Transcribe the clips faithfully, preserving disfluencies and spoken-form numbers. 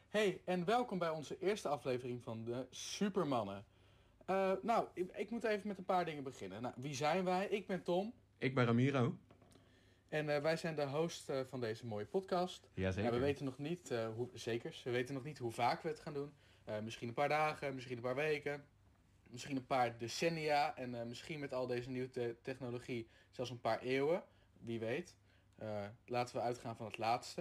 Hey, en welkom bij onze eerste aflevering van de Supermannen. Uh, nou, ik, ik moet even met een paar dingen beginnen. Nou, wie zijn wij? Ik ben Tom. Ik ben Ramiro. En uh, wij zijn de host uh, van deze mooie podcast. Jazeker. Uh, we weten nog niet, uh, hoe, zekers, we weten nog niet hoe vaak we het gaan doen. Uh, misschien een paar dagen, misschien een paar weken. Misschien een paar decennia. En uh, misschien met al deze nieuwe te- technologie zelfs een paar eeuwen. Wie weet. Uh, laten we uitgaan van het laatste.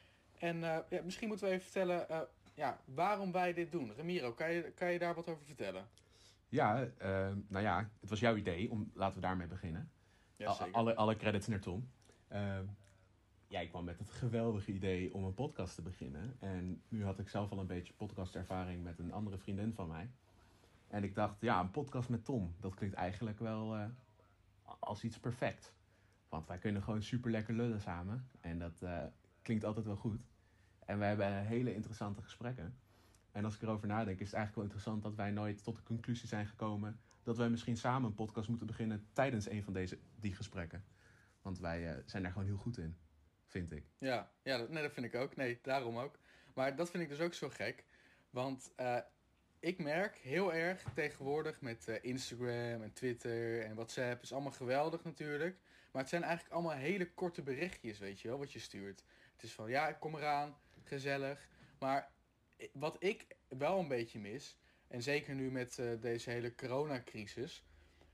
En uh, ja, misschien moeten we even vertellen uh, ja, waarom wij dit doen. Ramiro, kan je, kan je daar wat over vertellen? Ja, uh, nou ja, het was jouw idee. Om, laten we daarmee beginnen. Ja, zeker. Alle, alle credits naar Tom. Uh, ja, ik kwam met het geweldige idee om een podcast te beginnen. En nu had ik zelf al een beetje podcastervaring met een andere vriendin van mij. En ik dacht, ja, een podcast met Tom, dat klinkt eigenlijk wel uh, als iets perfect. Want wij kunnen gewoon super lekker lullen samen. En dat uh, klinkt altijd wel goed. En we hebben hele interessante gesprekken. En als ik erover nadenk, is het eigenlijk wel interessant dat wij nooit tot de conclusie zijn gekomen dat wij misschien samen een podcast moeten beginnen tijdens een van deze die gesprekken. Want wij uh, zijn daar gewoon heel goed in, vind ik. Ja, ja dat, nee, dat vind ik ook. Nee, daarom ook. Maar dat vind ik dus ook zo gek. Want uh, ik merk heel erg tegenwoordig met uh, Instagram en Twitter en WhatsApp. Is allemaal geweldig natuurlijk. Maar het zijn eigenlijk allemaal hele korte berichtjes, weet je wel, wat je stuurt. Het is van, ja, ik kom eraan, gezellig. Maar wat ik wel een beetje mis, en zeker nu met uh, deze hele coronacrisis,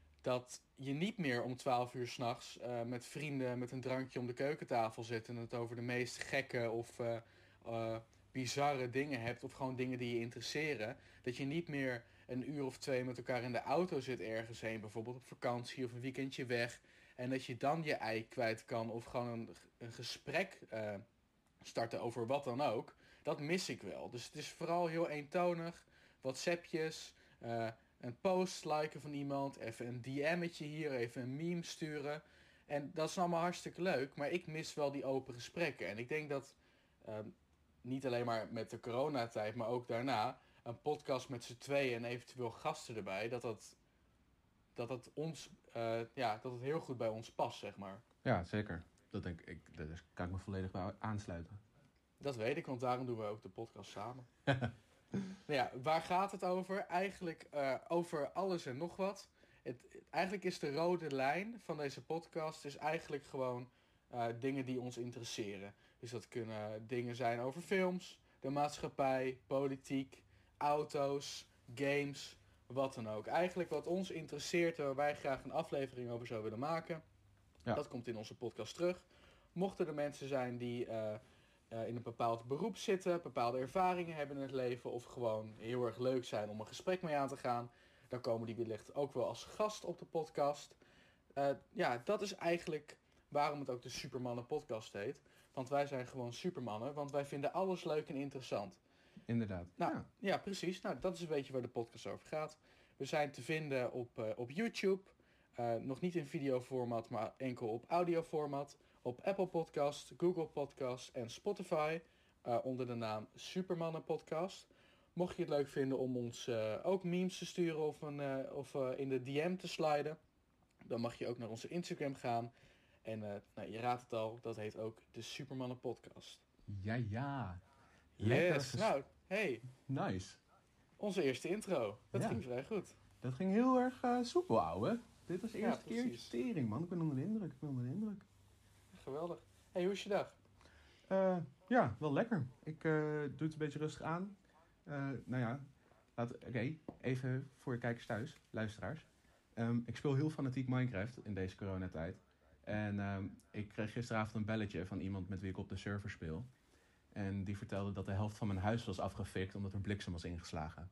dat je niet meer om twaalf uur 's nachts uh, met vrienden met een drankje om de keukentafel zit en het over de meest gekke of uh, uh, bizarre dingen hebt, of gewoon dingen die je interesseren. Dat je niet meer een uur of twee met elkaar in de auto zit ergens heen, bijvoorbeeld op vakantie of een weekendje weg, en dat je dan je ei kwijt kan of gewoon een, een gesprek uh, starten over wat dan ook. Dat mis ik wel. Dus het is vooral heel eentonig. WhatsAppjes, uh, een post liken van iemand, even een D M'tje hier, even een meme sturen. En dat is allemaal hartstikke leuk, maar ik mis wel die open gesprekken. En ik denk dat, uh, niet alleen maar met de coronatijd, maar ook daarna, een podcast met z'n tweeën en eventueel gasten erbij, dat dat, dat dat ons, uh, ja, dat het heel goed bij ons past, zeg maar. Ja, zeker. Dat denk ik, daar kan ik me volledig bij aansluiten. Dat weet ik, want daarom doen we ook de podcast samen. Nou ja, waar gaat het over? Eigenlijk uh, over alles en nog wat. Het, het, eigenlijk is de rode lijn van deze podcast is eigenlijk gewoon uh, dingen die ons interesseren. Dus dat kunnen dingen zijn over films, de maatschappij, politiek, auto's, games, wat dan ook. Eigenlijk wat ons interesseert, waar wij graag een aflevering over zouden willen maken. Ja. Dat komt in onze podcast terug. Mochten er mensen zijn die Uh, Uh, in een bepaald beroep zitten, bepaalde ervaringen hebben in het leven, of gewoon heel erg leuk zijn om een gesprek mee aan te gaan, dan komen die wellicht ook wel als gast op de podcast. Uh, ja, dat is eigenlijk waarom het ook de Supermannen podcast heet. Want wij zijn gewoon supermannen, want wij vinden alles leuk en interessant. Inderdaad. Nou, ja. ja, precies. Nou, dat is een beetje waar de podcast over gaat. We zijn te vinden op, uh, op YouTube. Uh, nog niet in videoformat, maar enkel op audioformat. Op Apple Podcast, Google Podcast en Spotify. Uh, onder de naam Supermannen Podcast. Mocht je het leuk vinden om ons uh, ook memes te sturen of, een, uh, of uh, in de D M te sliden, dan mag je ook naar onze Instagram gaan. En uh, nou, je raadt het al, dat heet ook de Supermannen Podcast. Ja, ja. Lekker. Yes, nou, hey. Nice. Onze eerste intro. Dat ja. ging vrij goed. Dat ging heel erg uh, soepel, ouwe. Dit was de eerste ja, keer tering, man. Ik ben onder de indruk. Ik ben onder de indruk. Geweldig. Hey, hoe is je dag? Uh, ja, wel lekker. Ik uh, doe het een beetje rustig aan. Uh, nou ja, oké. Okay. Even voor de kijkers thuis, luisteraars. Um, ik speel heel fanatiek Minecraft in deze coronatijd. En um, ik kreeg gisteravond een belletje van iemand met wie ik op de server speel. En die vertelde dat de helft van mijn huis was afgefikt omdat er bliksem was ingeslagen.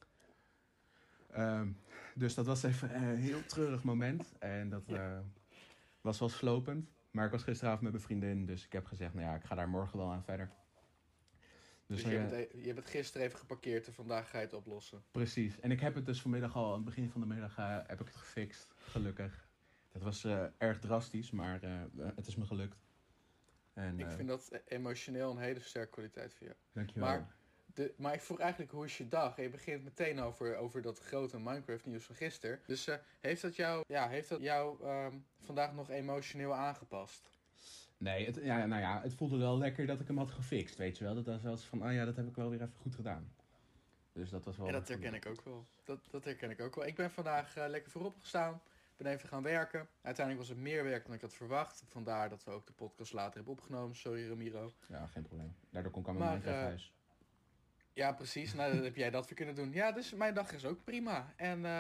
Um, dus dat was even een heel treurig moment. En dat uh, was wel slopend. Maar ik was gisteravond met mijn vriendin, dus ik heb gezegd, nou ja, ik ga daar morgen wel aan verder. Dus, dus je, uh, hebt het, je hebt het gisteren even geparkeerd en vandaag ga je het oplossen. Precies. En ik heb het dus vanmiddag al, aan het begin van de middag, uh, heb ik het gefixt, gelukkig. Dat was uh, erg drastisch, maar uh, het is me gelukt. En, ik uh, vind dat emotioneel een hele sterke kwaliteit voor jou. Dankjewel. Maar, de, maar ik vroeg eigenlijk, hoe is je dag? En je begint meteen over, over dat grote Minecraft nieuws van gisteren. Dus uh, heeft dat jou, ja, heeft dat jou um, vandaag nog emotioneel aangepast? Nee, het, ja, nou ja, het voelde wel lekker dat ik hem had gefixt, weet je wel. Dat was wel eens van, oh ja, dat heb ik wel weer even goed gedaan. Dus dat was wel... En dat herken ik ook wel. Dat, dat herken ik ook wel. Ik ben vandaag uh, lekker voorop gestaan. Ben even gaan werken. Uiteindelijk was het meer werk dan ik had verwacht. Vandaar dat we ook de podcast later hebben opgenomen. Sorry Ramiro. Ja, geen probleem. Daardoor kon ik aan mijn Minecraft uh, huis. Ja, precies. Nou, dan heb jij dat weer kunnen doen. Ja, dus mijn dag is ook prima. En uh,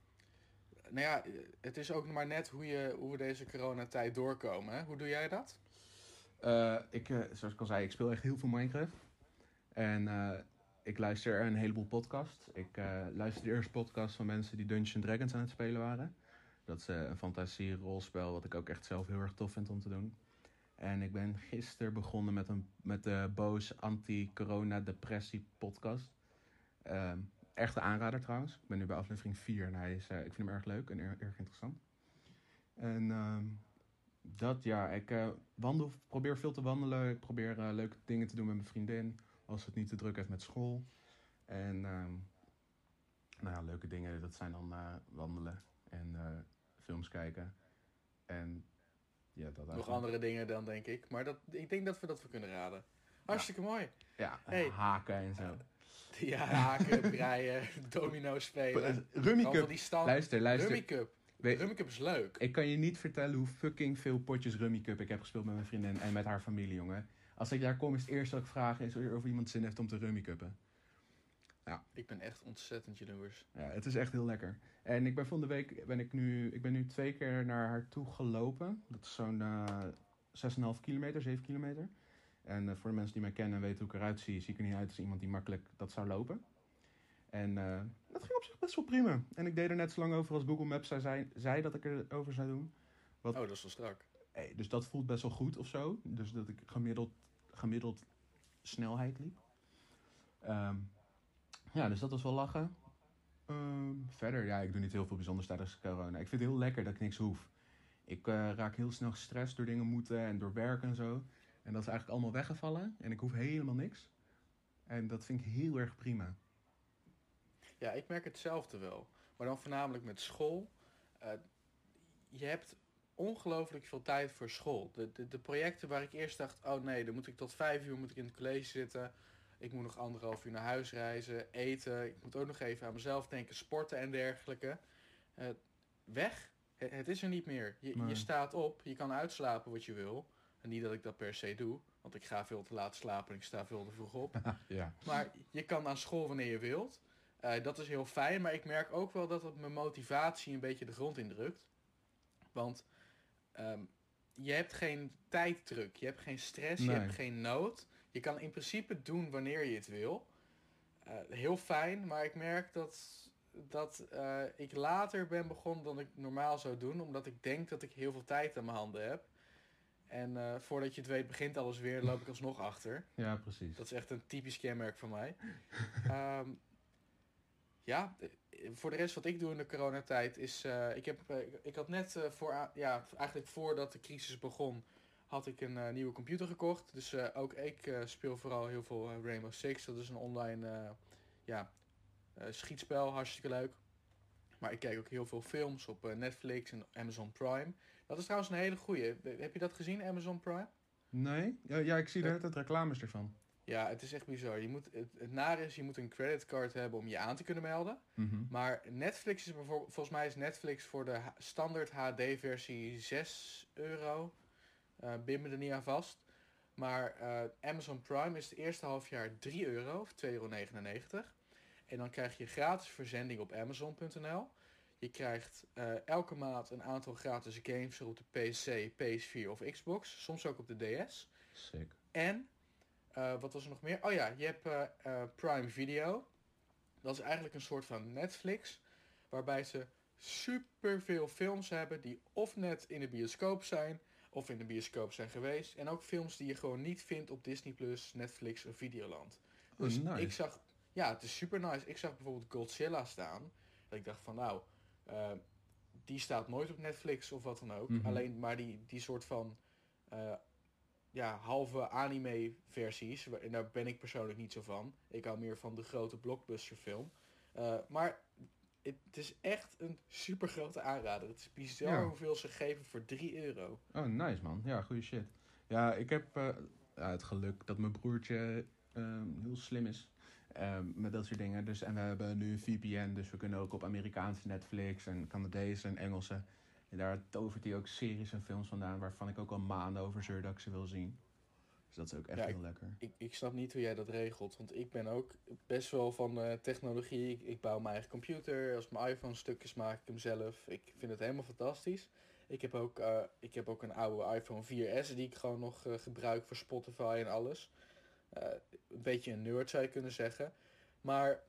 nou ja, het is ook maar net hoe, je, hoe we deze coronatijd doorkomen. Hè? Hoe doe jij dat? Uh, ik, uh, zoals ik al zei, ik speel echt heel veel Minecraft. En uh, ik luister een heleboel podcasts. Ik uh, luister de eerste podcast van mensen die Dungeons and Dragons aan het spelen waren. Dat is uh, een fantasie-rolspel wat ik ook echt zelf heel erg tof vind om te doen. En ik ben gisteren begonnen met, een, met de Boos Anti-Corona-Depressie podcast. Uh, echt een aanrader trouwens. Ik ben nu bij aflevering vier en hij is, uh, ik vind hem erg leuk en erg, erg interessant. En uh, dat ja, ik uh, wandel, probeer veel te wandelen. Ik probeer uh, leuke dingen te doen met mijn vriendin. Als het niet te druk heeft met school. En uh, nou ja, leuke dingen, dat zijn dan uh, wandelen en uh, films kijken. En ja, dat Nog andere dingen dan, denk ik. Maar dat, ik denk dat we dat we kunnen raden. Hartstikke ja. mooi. Ja, hey. Haken en zo. Ja, haken, breien, domino spelen. Rummy Cup. Stand... Luister, luister. Rummy Cup. We... Rummy Cup is leuk. Ik kan je niet vertellen hoe fucking veel potjes Rummy Cup ik heb gespeeld met mijn vriendin en met haar familie, jongen. Als ik daar kom, is het eerste wat ik vraag is of iemand zin heeft om te Rummy Cuppen. Ja. Ik ben echt ontzettend jaloers. Ja, het is echt heel lekker. En ik ben van de week, ben ik nu, ik ben nu twee keer naar haar toe gelopen. Dat is zo'n uh, zes komma vijf kilometer, zeven kilometer. En uh, voor de mensen die mij kennen en weten hoe ik eruit zie, zie ik er niet uit als iemand die makkelijk dat zou lopen. En uh, dat ging op zich best wel prima. En ik deed er net zo lang over als Google Maps zei, zei dat ik erover zou doen. Wat... Oh, dat is wel strak. Hey, dus dat voelt best wel goed of zo. Dus dat ik gemiddeld, gemiddeld snelheid liep. Um, ja, dus dat was wel lachen. Um, verder, ja, ik doe niet heel veel bijzonders tijdens corona. Ik vind het heel lekker dat ik niks hoef. Ik uh, raak heel snel gestrest door dingen moeten en door werk en zo. En dat is eigenlijk allemaal weggevallen. En ik hoef helemaal niks. En dat vind ik heel erg prima. Ja, ik merk hetzelfde wel. Maar dan voornamelijk met school. Uh, je hebt ongelooflijk veel tijd voor school. De, de, de projecten waar ik eerst dacht, oh nee, dan moet ik tot vijf uur moet ik in het college zitten. Ik moet nog anderhalf uur naar huis reizen, eten. Ik moet ook nog even aan mezelf denken, sporten en dergelijke. Uh, weg. Het, het is er niet meer. Je, nee. je staat op, je kan uitslapen wat je wil. En niet dat ik dat per se doe, want ik ga veel te laat slapen en ik sta veel te vroeg op. Ja. Maar je kan aan school wanneer je wilt. Uh, dat is heel fijn, maar ik merk ook wel dat het mijn motivatie een beetje de grond indrukt. Want um, je hebt geen tijddruk, je hebt geen stress, nee. je hebt geen nood. Je kan in principe doen wanneer je het wil. Uh, heel fijn, maar ik merk dat, dat uh, ik later ben begonnen dan ik normaal zou doen. Omdat ik denk dat ik heel veel tijd aan mijn handen heb. En uh, voordat je het weet begint alles weer, loop ik alsnog achter. Ja, precies. Dat is echt een typisch kenmerk van mij. um, ja, voor de rest wat ik doe in de coronatijd is... Uh, ik, heb, uh, ik had net uh, voor, uh, ja, eigenlijk voordat de crisis begon, had ik een uh, nieuwe computer gekocht. Dus uh, ook ik uh, speel vooral heel veel uh, Rainbow Six. Dat is een online uh, ja, uh, schietspel, hartstikke leuk. Maar ik kijk ook heel veel films op uh, Netflix en Amazon Prime. Dat is trouwens een hele goeie. Heb je dat gezien, Amazon Prime? Nee? Ja, ja ik zie daar het reclames ervan. Ja, het is echt bizar. Je moet, het, het nare is, je moet een creditcard hebben om je aan te kunnen melden. Mm-hmm. Maar Netflix is bijvoorbeeld, volgens mij is Netflix voor de ha- standaard H D-versie zes euro. Uh, bin me er niet aan vast. Maar uh, Amazon Prime is het eerste half jaar drie euro, of twee euro negenennegentig. En dan krijg je gratis verzending op Amazon punt n l. Je krijgt uh, elke maand een aantal gratis games op de P C, P S vier of Xbox. Soms ook op de D S. Sick. En... Uh, wat was er nog meer? Oh ja, je hebt uh, uh, Prime Video. Dat is eigenlijk een soort van Netflix. Waarbij ze superveel films hebben die of net in de bioscoop zijn, of in de bioscoop zijn geweest. En ook films die je gewoon niet vindt op Disney Plus, Netflix of Videoland. Dus oh, nice. ik zag... Ja, het is super nice. Ik zag bijvoorbeeld Godzilla staan. Dat ik dacht van nou, uh, die staat nooit op Netflix of wat dan ook. Mm-hmm. Alleen maar die, die soort van... Uh, ja, halve anime-versies. En daar ben ik persoonlijk niet zo van. Ik hou meer van de grote blockbusterfilm. Uh, maar het is echt een super grote aanrader. Het is bizar ja. hoeveel ze geven voor drie euro. Oh, nice man. Ja, goede shit. Ja, ik heb uh, ja, het geluk dat mijn broertje uh, heel slim is uh, met dat soort dingen. Dus, en we hebben nu een V P N, dus we kunnen ook op Amerikaanse Netflix en Canadese en Engelse. En daar tovert hij ook series en films vandaan waarvan ik ook al maanden over zeur dat ik ze wil zien. Dus dat is ook echt Ja, heel ik, lekker. ik, ik snap niet hoe jij dat regelt. Want ik ben ook best wel van uh, technologie. Ik, ik bouw mijn eigen computer. Als mijn iPhone stukjes maak ik hem zelf. Ik vind het helemaal fantastisch. Ik heb ook, uh, ik heb ook een oude iPhone vier S die ik gewoon nog uh, gebruik voor Spotify en alles. Uh, een beetje een nerd zou je kunnen zeggen. Maar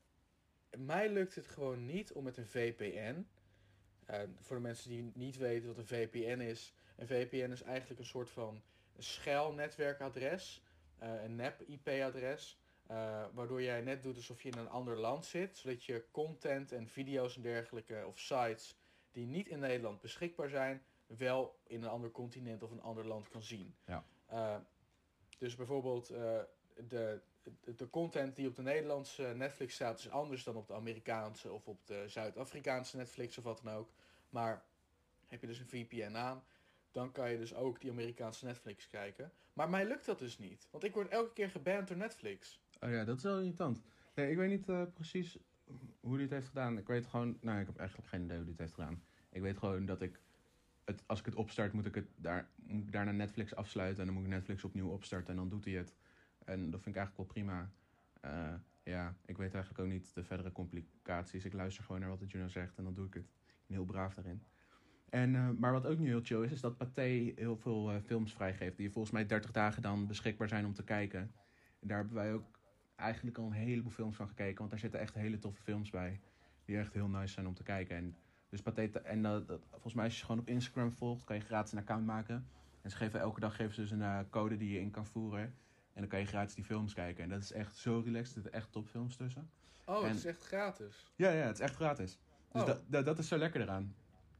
mij lukt het gewoon niet om met een V P N... Uh, voor de mensen die niet weten wat een V P N is. Een V P N is eigenlijk een soort van schuil netwerkadres. Uh, een nep I P-adres. Uh, waardoor jij net doet alsof je in een ander land zit. Zodat je content en video's en dergelijke of sites die niet in Nederland beschikbaar zijn, wel in een ander continent of een ander land kan zien. Ja. Uh, dus bijvoorbeeld uh, de, de, de content die op de Nederlandse Netflix staat is anders dan op de Amerikaanse of op de Zuid-Afrikaanse Netflix of wat dan ook. Maar heb je dus een V P N aan, dan kan je dus ook die Amerikaanse Netflix kijken. Maar mij lukt dat dus niet, want ik word elke keer geband door Netflix. Oh ja, dat is wel irritant. Nee, ik weet niet uh, precies hoe hij het heeft gedaan. Ik weet gewoon, nou ik heb eigenlijk geen idee hoe hij het heeft gedaan. Ik weet gewoon dat ik, het, als ik het opstart, moet ik het daar, moet ik daarna Netflix afsluiten en dan moet ik Netflix opnieuw opstarten en dan doet hij het. En dat vind ik eigenlijk wel prima. Uh, ja, ik weet eigenlijk ook niet de verdere complicaties. Ik luister gewoon naar wat de Juno zegt en dan doe ik het. Ik ben heel braaf daarin. En, uh, maar wat ook nu heel chill is, is dat Pathé heel veel uh, films vrijgeeft. Die volgens mij dertig dagen dan beschikbaar zijn om te kijken. En daar hebben wij ook eigenlijk al een heleboel films van gekeken. Want daar zitten echt hele toffe films bij. Die echt heel nice zijn om te kijken. En, dus Pathé, en uh, dat, volgens mij als je gewoon op Instagram volgt, kan je gratis een account maken. En ze geven elke dag geven ze dus een uh, code die je in kan voeren. En dan kan je gratis die films kijken. En dat is echt zo relaxed. Er zitten echt topfilms tussen. Oh, en, het is echt gratis? Ja, ja, het is echt gratis. Dus oh. dat, dat, dat is zo lekker eraan.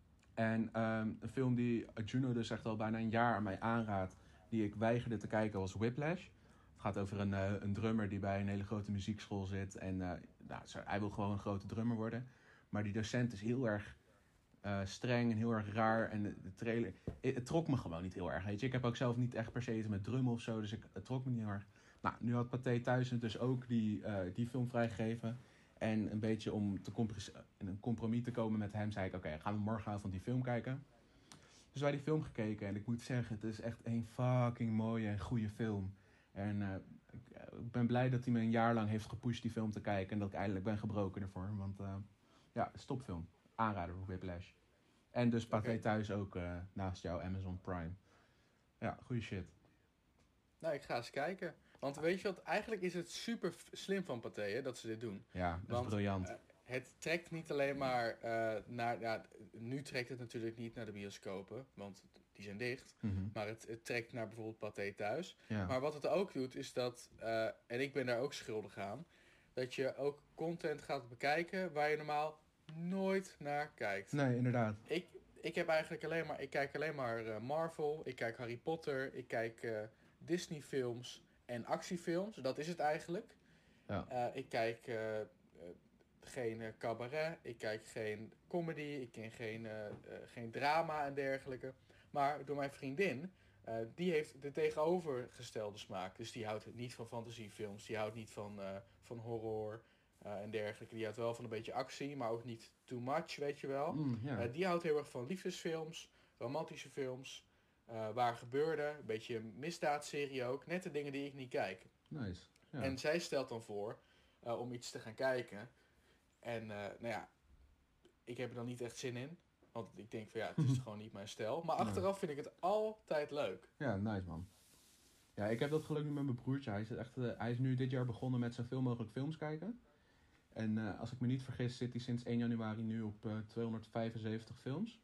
En um, een film die Juno dus echt al bijna een jaar aan mij aanraadt, die ik weigerde te kijken, was Whiplash. Het gaat over een, uh, een drummer die bij een hele grote muziekschool zit. En uh, nou, hij wil gewoon een grote drummer worden. Maar die docent is heel erg uh, streng en heel erg raar. En de, de trailer, het, het trok me gewoon niet heel erg. Weet je? Ik heb ook zelf niet echt per se iets met drummen of zo, dus ik, het trok me niet heel erg. Nou, nu had Pathé thuis dus ook die, uh, die film vrijgegeven. En een beetje om te compres- in een compromis te komen met hem, zei ik, oké, okay, gaan we morgenavond die film kijken. Dus wij die film gekeken en ik moet zeggen, het is echt een fucking mooie en goede film. En uh, ik, ik ben blij dat hij me een jaar lang heeft gepusht die film te kijken en dat ik eindelijk ben gebroken ervoor. Want uh, ja, stopfilm. Aanrader voor Whiplash. En dus Pathé okay. thuis ook uh, naast jou Amazon Prime. Ja, goede shit. Nou, ik ga eens kijken. Want weet je wat, eigenlijk is het super slim van Pathé hè, dat ze dit doen. Ja, dat Want, is briljant. Uh, het trekt niet alleen maar uh, naar... Ja, nu trekt het natuurlijk niet naar de bioscopen, want die zijn dicht. Mm-hmm. Maar het, het trekt naar bijvoorbeeld Pathé thuis. Ja. Maar wat het ook doet, is dat... Uh, en ik ben daar ook schuldig aan. Dat je ook content gaat bekijken waar je normaal nooit naar kijkt. Nee, inderdaad. Ik, ik heb eigenlijk alleen maar... Ik kijk alleen maar uh, Marvel. Ik kijk Harry Potter. Ik kijk uh, Disney films en actiefilms. Dat is het eigenlijk. Ja. Uh, ik kijk... Uh, geen uh, cabaret, ik kijk geen comedy, ik ken geen, uh, uh, geen drama en dergelijke. Maar door mijn vriendin, uh, die heeft de tegenovergestelde smaak. Dus die houdt niet van fantasiefilms, die houdt niet van, uh, van horror uh, en dergelijke. Die houdt wel van een beetje actie, maar ook niet too much, weet je wel. Mm, yeah. uh, die houdt heel erg van liefdesfilms, romantische films, uh, waar gebeurde, een beetje misdaadserie ook. Net de dingen die ik niet kijk. Nice. Ja. En zij stelt dan voor uh, om iets te gaan kijken. En uh, nou ja, ik heb er dan niet echt zin in. Want ik denk van ja, het is gewoon niet mijn stijl. Maar achteraf vind ik het altijd leuk. Ja, nice man. Ja, ik heb dat geluk nu met mijn broertje. Hij is, echt, uh, hij is nu dit jaar begonnen met zoveel mogelijk films kijken. En uh, als ik me niet vergis zit hij sinds één januari nu op uh, tweehonderdvijfenzeventig films.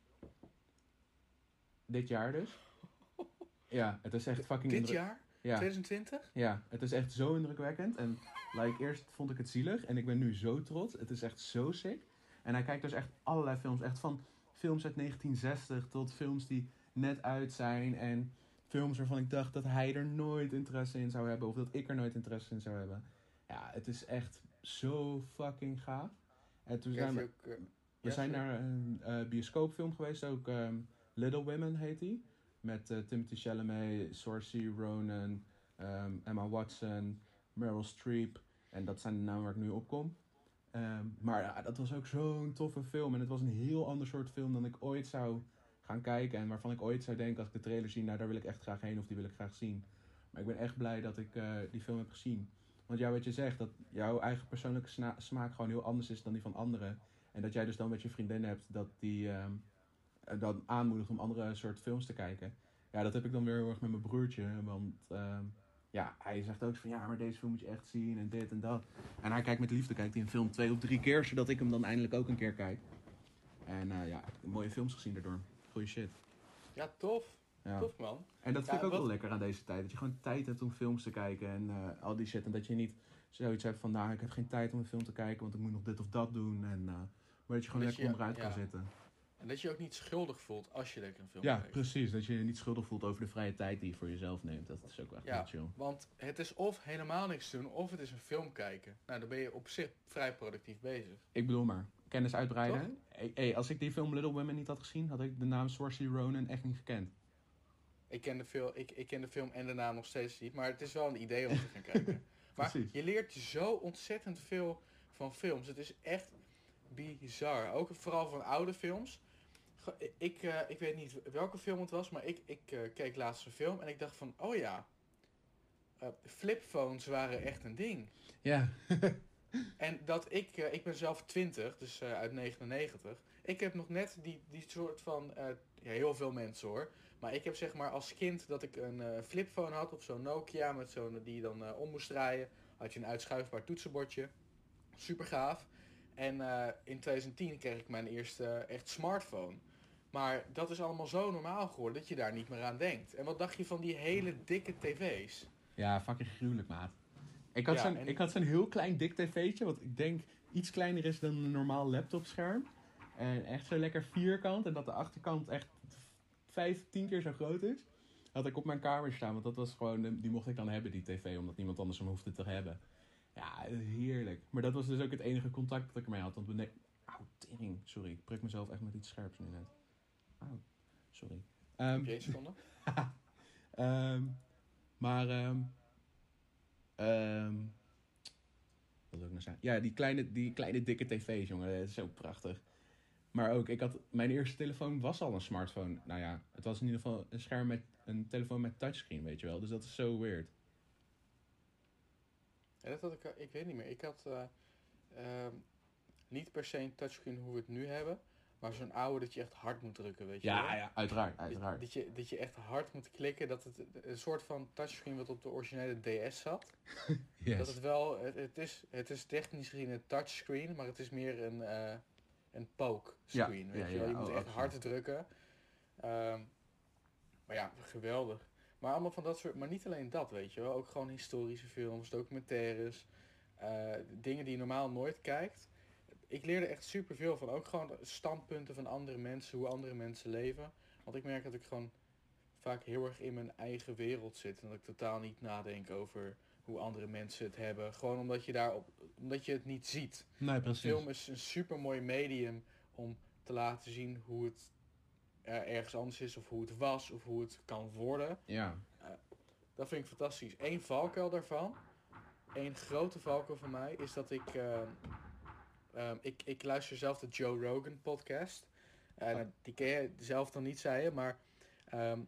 Dit jaar dus. Ja, het is echt fucking... Dit indruk- jaar? Ja. twintig twintig? Ja, het is echt zo indrukwekkend. En like, eerst vond ik het zielig en ik ben nu zo trots. Het is echt zo sick. En hij kijkt dus echt allerlei films. Echt van films uit negentien zestig tot films die net uit zijn. En films waarvan ik dacht dat hij er nooit interesse in zou hebben. Of dat ik er nooit interesse in zou hebben. Ja, het is echt zo fucking gaaf. En toen zijn we, ook, uh, we ja, zijn sorry. naar een uh, bioscoopfilm geweest. Ook um, Little Women heet die. Met uh, Timothée Chalamet, Saoirse Ronan, um, Emma Watson, Meryl Streep. En dat zijn de namen waar ik nu op kom. Um, maar ja, dat was ook zo'n toffe film. En het was een heel ander soort film dan ik ooit zou gaan kijken. En waarvan ik ooit zou denken als ik de trailer zie, nou daar wil ik echt graag heen of die wil ik graag zien. Maar ik ben echt blij dat ik uh, die film heb gezien. Want ja, wat je zegt, dat jouw eigen persoonlijke sna- smaak gewoon heel anders is dan die van anderen. En dat jij dus dan met je vriendin hebt dat die um, dan aanmoedigt om andere soort films te kijken. Ja, dat heb ik dan weer heel erg met mijn broertje. Want um, ja, hij zegt ook van ja, maar deze film moet je echt zien en dit en dat. En hij kijkt met liefde, kijkt hij een film twee of drie keer, zodat ik hem dan eindelijk ook een keer kijk. En uh, ja, mooie films gezien daardoor. Goeie shit. Ja, tof. Ja. Tof, man. En dat vind ja, ik ook wat... wel lekker aan deze tijd. Dat je gewoon tijd hebt om films te kijken en uh, al die shit. En dat je niet zoiets hebt van, nou, ik heb geen tijd om een film te kijken, want ik moet nog dit of dat doen. En, uh, maar dat je gewoon dat lekker je, onderuit ja. kan zitten. En dat je je ook niet schuldig voelt als je lekker een film ja, kijkt. Ja, precies. Dat je je niet schuldig voelt over de vrije tijd die je voor jezelf neemt. Dat is ook wel echt ja, heel chill. Want het is of helemaal niks doen, of het is een film kijken. Nou, dan ben je op zich vrij productief bezig. Ik bedoel maar, kennis uitbreiden. Hey, hey, als ik die film Little Women niet had gezien, had ik de naam Saoirse Ronan echt niet gekend. Ik ken, de film, ik, ik ken de film en de naam nog steeds niet, maar het is wel een idee om te gaan kijken. Maar je leert zo ontzettend veel van films. Het is echt bizar. Ook vooral van oude films. Ik, uh, ik weet niet welke film het was, maar ik, ik uh, keek laatst een film en ik dacht van, oh ja, uh, flipphones waren echt een ding. Ja. En dat ik, uh, ik ben zelf twintig, dus uh, uit negenennegentig. Ik heb nog net die, die soort van, uh, ja, heel veel mensen hoor. Maar ik heb zeg maar als kind dat ik een uh, flipphone had of zo'n Nokia met zo'n die je dan uh, om moest draaien. Had je een uitschuifbaar toetsenbordje. Super gaaf. En uh, in twintig tien kreeg ik mijn eerste uh, echt smartphone. Maar dat is allemaal zo normaal geworden dat je daar niet meer aan denkt. En wat dacht je van die hele dikke tv's? Ja, fucking gruwelijk, maat. Ik had, ja, zo'n, en... ik had zo'n heel klein dik tv'tje, wat ik denk iets kleiner is dan een normaal laptopscherm. En echt zo lekker vierkant. En dat de achterkant echt vijf, tien keer zo groot is. Had ik op mijn kamer staan, want dat was gewoon, die mocht ik dan hebben, die tv, omdat niemand anders hem hoefde te hebben. Ja, heerlijk. Maar dat was dus ook het enige contact dat ik ermee had. Want we ne- Auw, tering. Sorry, ik prik mezelf echt met iets scherps nu net. Auw, sorry. Um, Heb je één seconde? um, maar, um, um, wat wil ik nou zeggen? Ja, die kleine, die kleine dikke tv's, jongen. Dat is zo prachtig. Maar ook, ik had, mijn eerste telefoon was al een smartphone. Nou ja, het was in ieder geval een scherm met een telefoon met touchscreen, weet je wel. Dus dat is zo weird. Ja, dat had ik, ik weet niet meer. Ik had uh, uh, niet per se een touchscreen hoe we het nu hebben. Maar zo'n oude dat je echt hard moet drukken, weet je ja, wel? Ja, uiteraard, uiteraard. Dat, dat, je, dat je echt hard moet klikken. Dat het een soort van touchscreen wat op de originele D S zat. Yes. Dat het wel, het, het, is, het is technisch gezien een touchscreen, maar het is meer een, uh, een poke screen, ja, weet ja, je wel? Je ja, moet oh, echt absoluut. hard drukken. Um, maar ja, geweldig. Maar allemaal van dat soort, maar niet alleen dat, weet je wel. Ook gewoon historische films, documentaires, uh, dingen die je normaal nooit kijkt. Ik leerde echt superveel van. Ook gewoon standpunten van andere mensen, hoe andere mensen leven. Want ik merk dat ik gewoon vaak heel erg in mijn eigen wereld zit. En dat ik totaal niet nadenk over hoe andere mensen het hebben. Gewoon omdat je, daarop, omdat je het niet ziet. Nee, precies. Een film is een supermooi medium om te laten zien hoe het uh, ergens anders is. Of hoe het was, of hoe het kan worden. Ja. Uh, dat vind ik fantastisch. Eén valkuil daarvan, één grote valkuil van mij, is dat ik... Uh, Um, ik, ik luister zelf de Joe Rogan podcast. Uh, oh. Die ken je zelf dan niet, zei je. Maar um,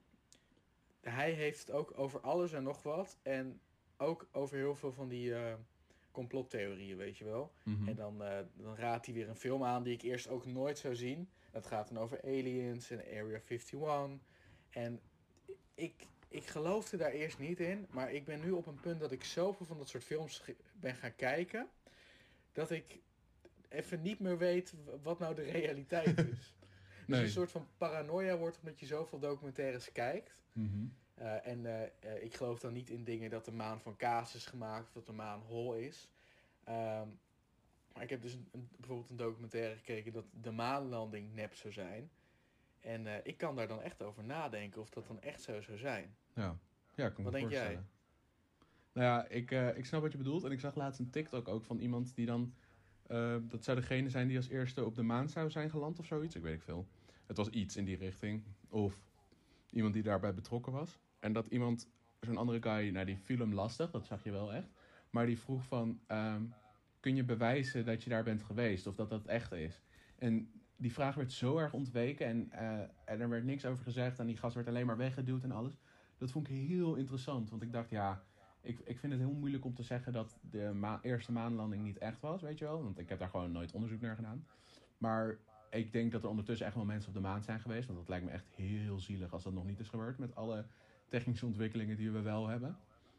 hij heeft het ook over alles en nog wat. En ook over heel veel van die uh, complottheorieën, weet je wel. Mm-hmm. En dan, uh, dan raadt hij weer een film aan die ik eerst ook nooit zou zien. Dat gaat dan over aliens en Area eenenvijftig. En ik, ik geloofde daar eerst niet in. Maar ik ben nu op een punt dat ik zoveel van dat soort films ge- ben gaan kijken. Dat ik... even niet meer weet wat nou de realiteit is. Dus nee. Een soort van paranoia wordt omdat je zoveel documentaires kijkt. Mm-hmm. Uh, en uh, uh, ik geloof dan niet in dingen dat de maan van kaas is gemaakt of dat de maan hol is. Um, maar ik heb dus een, een, bijvoorbeeld een documentaire gekeken dat de maanlanding nep zou zijn. En uh, ik kan daar dan echt over nadenken of dat dan echt zo zou zijn. Ja, ja, ik kan me wat denk voorstellen. jij? Nou ja, ik, uh, ik snap wat je bedoelt. En ik zag laatst een TikTok ook van iemand die dan... Uh, dat zou degene zijn die als eerste op de maan zou zijn geland of zoiets. Ik weet niet veel. Het was iets in die richting. Of iemand die daarbij betrokken was. En dat iemand, zo'n andere guy, nou die viel hem lastig, dat zag je wel echt. Maar die vroeg van, um, kun je bewijzen dat je daar bent geweest? Of dat dat echt is? En die vraag werd zo erg ontweken en, uh, en er werd niks over gezegd. En die gast werd alleen maar weggeduwd en alles. Dat vond ik heel interessant, want ik dacht, ja, ik, ik vind het heel moeilijk om te zeggen dat de ma- eerste maanlanding niet echt was, weet je wel. Want ik heb daar gewoon nooit onderzoek naar gedaan. Maar ik denk dat er ondertussen echt wel mensen op de maan zijn geweest. Want dat lijkt me echt heel zielig als dat nog niet is gebeurd. Met alle technische ontwikkelingen die we wel hebben.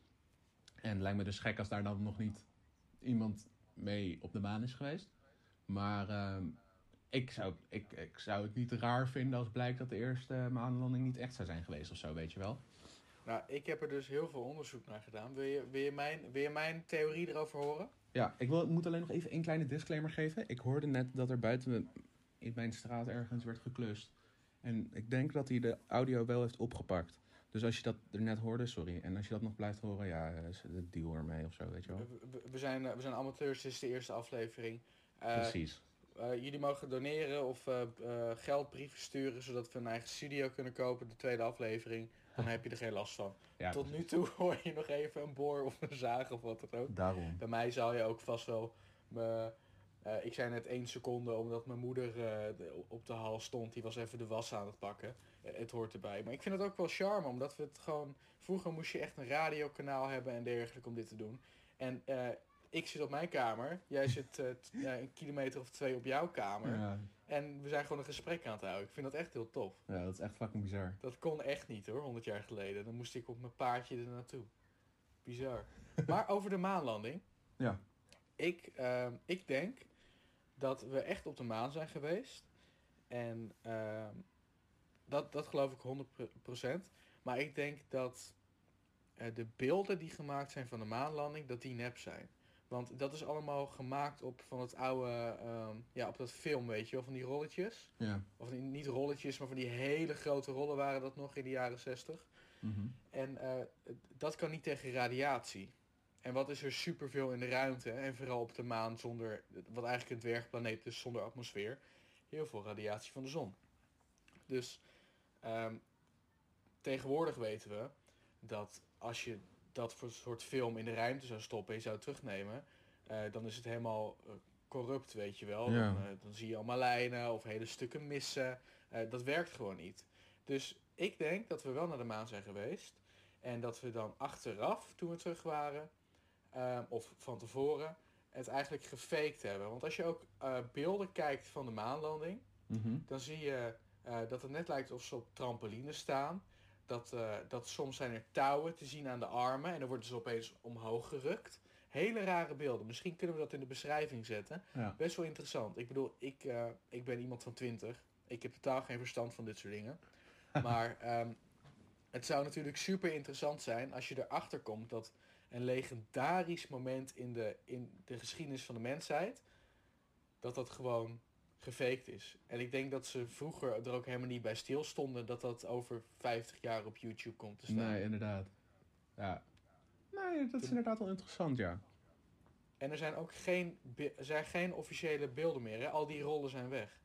En het lijkt me dus gek als daar dan nog niet iemand mee op de maan is geweest. Maar uh, ik, zou, ik, ik zou het niet raar vinden als blijkt dat de eerste maanlanding niet echt zou zijn geweest of zo, weet je wel. Nou, ik heb er dus heel veel onderzoek naar gedaan. Wil je, wil je, mijn, wil je mijn theorie erover horen? Ja, ik wil, moet alleen nog even een kleine disclaimer geven. Ik hoorde net dat er buiten in mijn straat ergens werd geklust. En ik denk dat hij de audio wel heeft opgepakt. Dus als je dat er net hoorde, sorry. En als je dat nog blijft horen, ja, is de deal ermee of zo, weet je wel. We, we, zijn, we zijn amateurs, dit is de eerste aflevering. Uh, Precies. Uh, jullie mogen doneren of uh, uh, geldbrieven sturen, zodat we een eigen studio kunnen kopen, de tweede aflevering. Dan heb je er geen last van. Ja, tot precies. Nu toe hoor je nog even een boor of een zaag of wat dan ook. Daarom. Bij mij zal je ook vast wel... Me, uh, ik zei net één seconde, omdat mijn moeder uh, op de hal stond. Die was even de was aan het pakken. Uh, het hoort erbij. Maar ik vind het ook wel charme, omdat we het gewoon... Vroeger moest je echt een radiokanaal hebben en dergelijke om dit te doen. En... Uh, ik zit op mijn kamer, jij zit uh, t- uh, een kilometer of twee op jouw kamer. Ja. En we zijn gewoon een gesprek aan het houden. Ik vind dat echt heel tof. Ja, dat is echt fucking bizar. Dat kon echt niet hoor, honderd jaar geleden. Dan moest ik op mijn paardje er naartoe. Bizar. Maar over de maanlanding. Ja. Ik, uh, ik denk dat we echt op de maan zijn geweest. En uh, dat, dat geloof ik honderd procent. Maar ik denk dat uh, de beelden die gemaakt zijn van de maanlanding, dat die nep zijn. Want dat is allemaal gemaakt op van het oude, um, ja, op dat film, weet je wel, van die rolletjes. Ja. Of niet rolletjes, maar van die hele grote rollen waren dat nog in de jaren zestig. Mm-hmm. En uh, dat kan niet tegen radiatie. En wat is er superveel in de ruimte, en vooral op de maan zonder, wat eigenlijk een dwergplaneet is zonder atmosfeer, heel veel radiatie van de zon. Dus um, tegenwoordig weten we dat als je dat voor een soort film in de ruimte zou stoppen en je zou het terugnemen, uh, dan is het helemaal uh, corrupt, weet je wel. Ja. Dan, uh, dan zie je allemaal lijnen of hele stukken missen. Uh, dat werkt gewoon niet. Dus ik denk dat we wel naar de maan zijn geweest en dat we dan achteraf, toen we terug waren, uh, of van tevoren, het eigenlijk gefaked hebben. Want als je ook uh, beelden kijkt van de maanlanding, mm-hmm. dan zie je uh, dat het net lijkt alsof ze op trampolines staan. Dat, uh, dat soms zijn er touwen te zien aan de armen en dan worden ze opeens omhoog gerukt. Hele rare beelden. Misschien kunnen we dat in de beschrijving zetten. Ja. Best wel interessant. Ik bedoel, ik, uh, ik ben iemand van twintig. Ik heb totaal geen verstand van dit soort dingen. Maar um, het zou natuurlijk super interessant zijn als je erachter komt dat een legendarisch moment in de, in de geschiedenis van de mensheid, dat dat gewoon gefaked is. En ik denk dat ze vroeger er ook helemaal niet bij stilstonden dat dat over vijftig jaar op YouTube komt te staan. Nee, inderdaad. Ja. Nee, dat is inderdaad wel interessant, ja. En er zijn ook geen, er zijn geen officiële beelden meer. Hè? Al die rollen zijn weg.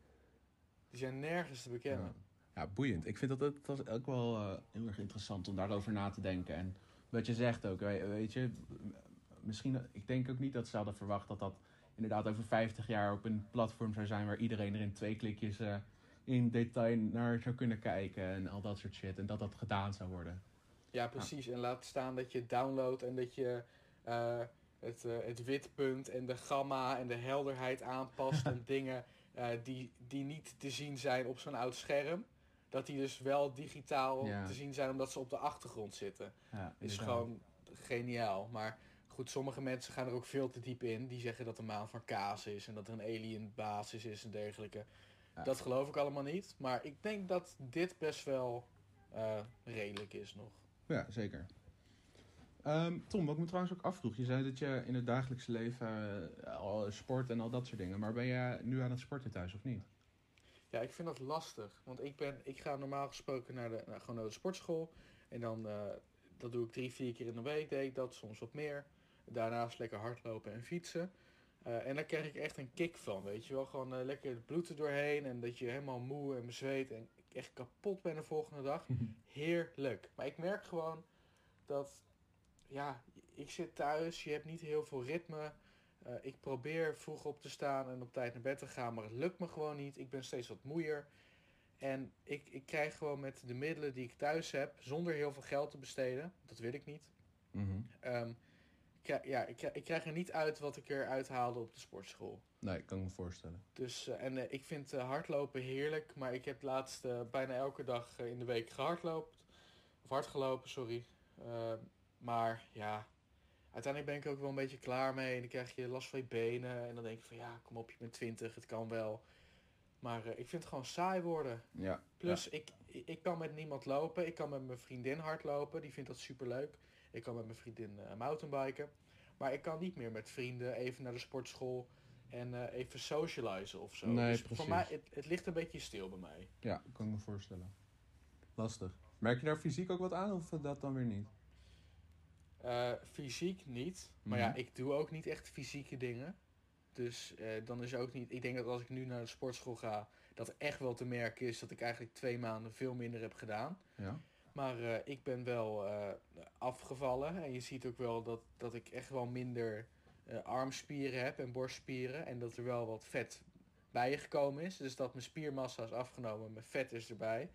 Die zijn nergens te bekennen. Ja, ja boeiend. Ik vind dat, dat, dat is ook wel uh, heel erg interessant om daarover na te denken. En wat je zegt ook, weet je, misschien, ik denk ook niet dat ze hadden verwacht dat dat inderdaad over vijftig jaar op een platform zou zijn waar iedereen er in twee klikjes uh, in detail naar zou kunnen kijken en al dat soort shit. En dat dat gedaan zou worden. Ja, precies. Ja. En laat staan dat je het downloadt en dat je uh, het, uh, het witpunt en de gamma en de helderheid aanpast en dingen uh, die, die niet te zien zijn op zo'n oud scherm. Dat die dus wel digitaal ja. te zien zijn omdat ze op de achtergrond zitten. Ja, is gewoon geniaal. Maar goed, sommige mensen gaan er ook veel te diep in. Die zeggen dat de maan van kaas is en dat er een alien basis is en dergelijke. Ja. Dat geloof ik allemaal niet. Maar ik denk dat dit best wel uh, redelijk is nog. Ja, zeker. Um, Tom, wat ik me trouwens ook afvroeg. Je zei dat je in het dagelijkse leven uh, al sport en al dat soort dingen. Maar ben je nu aan het sporten thuis of niet? Ja, ik vind dat lastig. Want ik, ben, ik ga normaal gesproken naar de, nou, gewoon naar de sportschool. En dan uh, dat doe ik drie, vier keer in de week. Deed ik dat, soms wat meer. Daarnaast lekker hardlopen en fietsen. Uh, en daar krijg ik echt een kick van, weet je wel. Gewoon uh, lekker het bloed er doorheen en dat je helemaal moe en bezweet en echt kapot bent de volgende dag. Heerlijk. Maar ik merk gewoon dat, ja, ik zit thuis, je hebt niet heel veel ritme. Uh, ik probeer vroeg op te staan en op tijd naar bed te gaan, maar het lukt me gewoon niet. Ik ben steeds wat moeier. En ik, ik krijg gewoon met de middelen die ik thuis heb, zonder heel veel geld te besteden, dat wil ik niet. Mm-hmm. Um, ik, ja, ik, ik krijg er niet uit wat ik eruit haalde op de sportschool. Nee, kan ik me voorstellen. Dus, uh, en uh, ik vind uh, hardlopen heerlijk, maar ik heb laatst uh, bijna elke dag uh, in de week gehardloopt. Of hardgelopen, sorry. Uh, maar ja, uiteindelijk ben ik er ook wel een beetje klaar mee. En dan krijg je last van je benen. En dan denk ik van ja, kom op, je bent twintig, het kan wel. Maar uh, ik vind het gewoon saai worden. Ja, Plus, ja. Ik, ik kan met niemand lopen. Ik kan met mijn vriendin hardlopen. Die vindt dat superleuk. Ik kan met mijn vriendin uh, mountainbiken. Maar ik kan niet meer met vrienden even naar de sportschool en uh, even socializen of zo. Nee, dus precies. voor mij, het, het ligt een beetje stil bij mij. Ja, kan ik me voorstellen. Lastig. Merk je daar fysiek ook wat aan of dat dan weer niet? Uh, fysiek niet. Maar mm-hmm. ja, ik doe ook niet echt fysieke dingen. Dus uh, dan is ook niet... Ik denk dat als ik nu naar de sportschool ga, dat echt wel te merken is dat ik eigenlijk twee maanden veel minder heb gedaan. Ja. Maar uh, ik ben wel uh, afgevallen. En je ziet ook wel dat, dat ik echt wel minder uh, armspieren heb en borstspieren. En dat er wel wat vet bijgekomen is. Dus dat mijn spiermassa is afgenomen, mijn vet is erbij.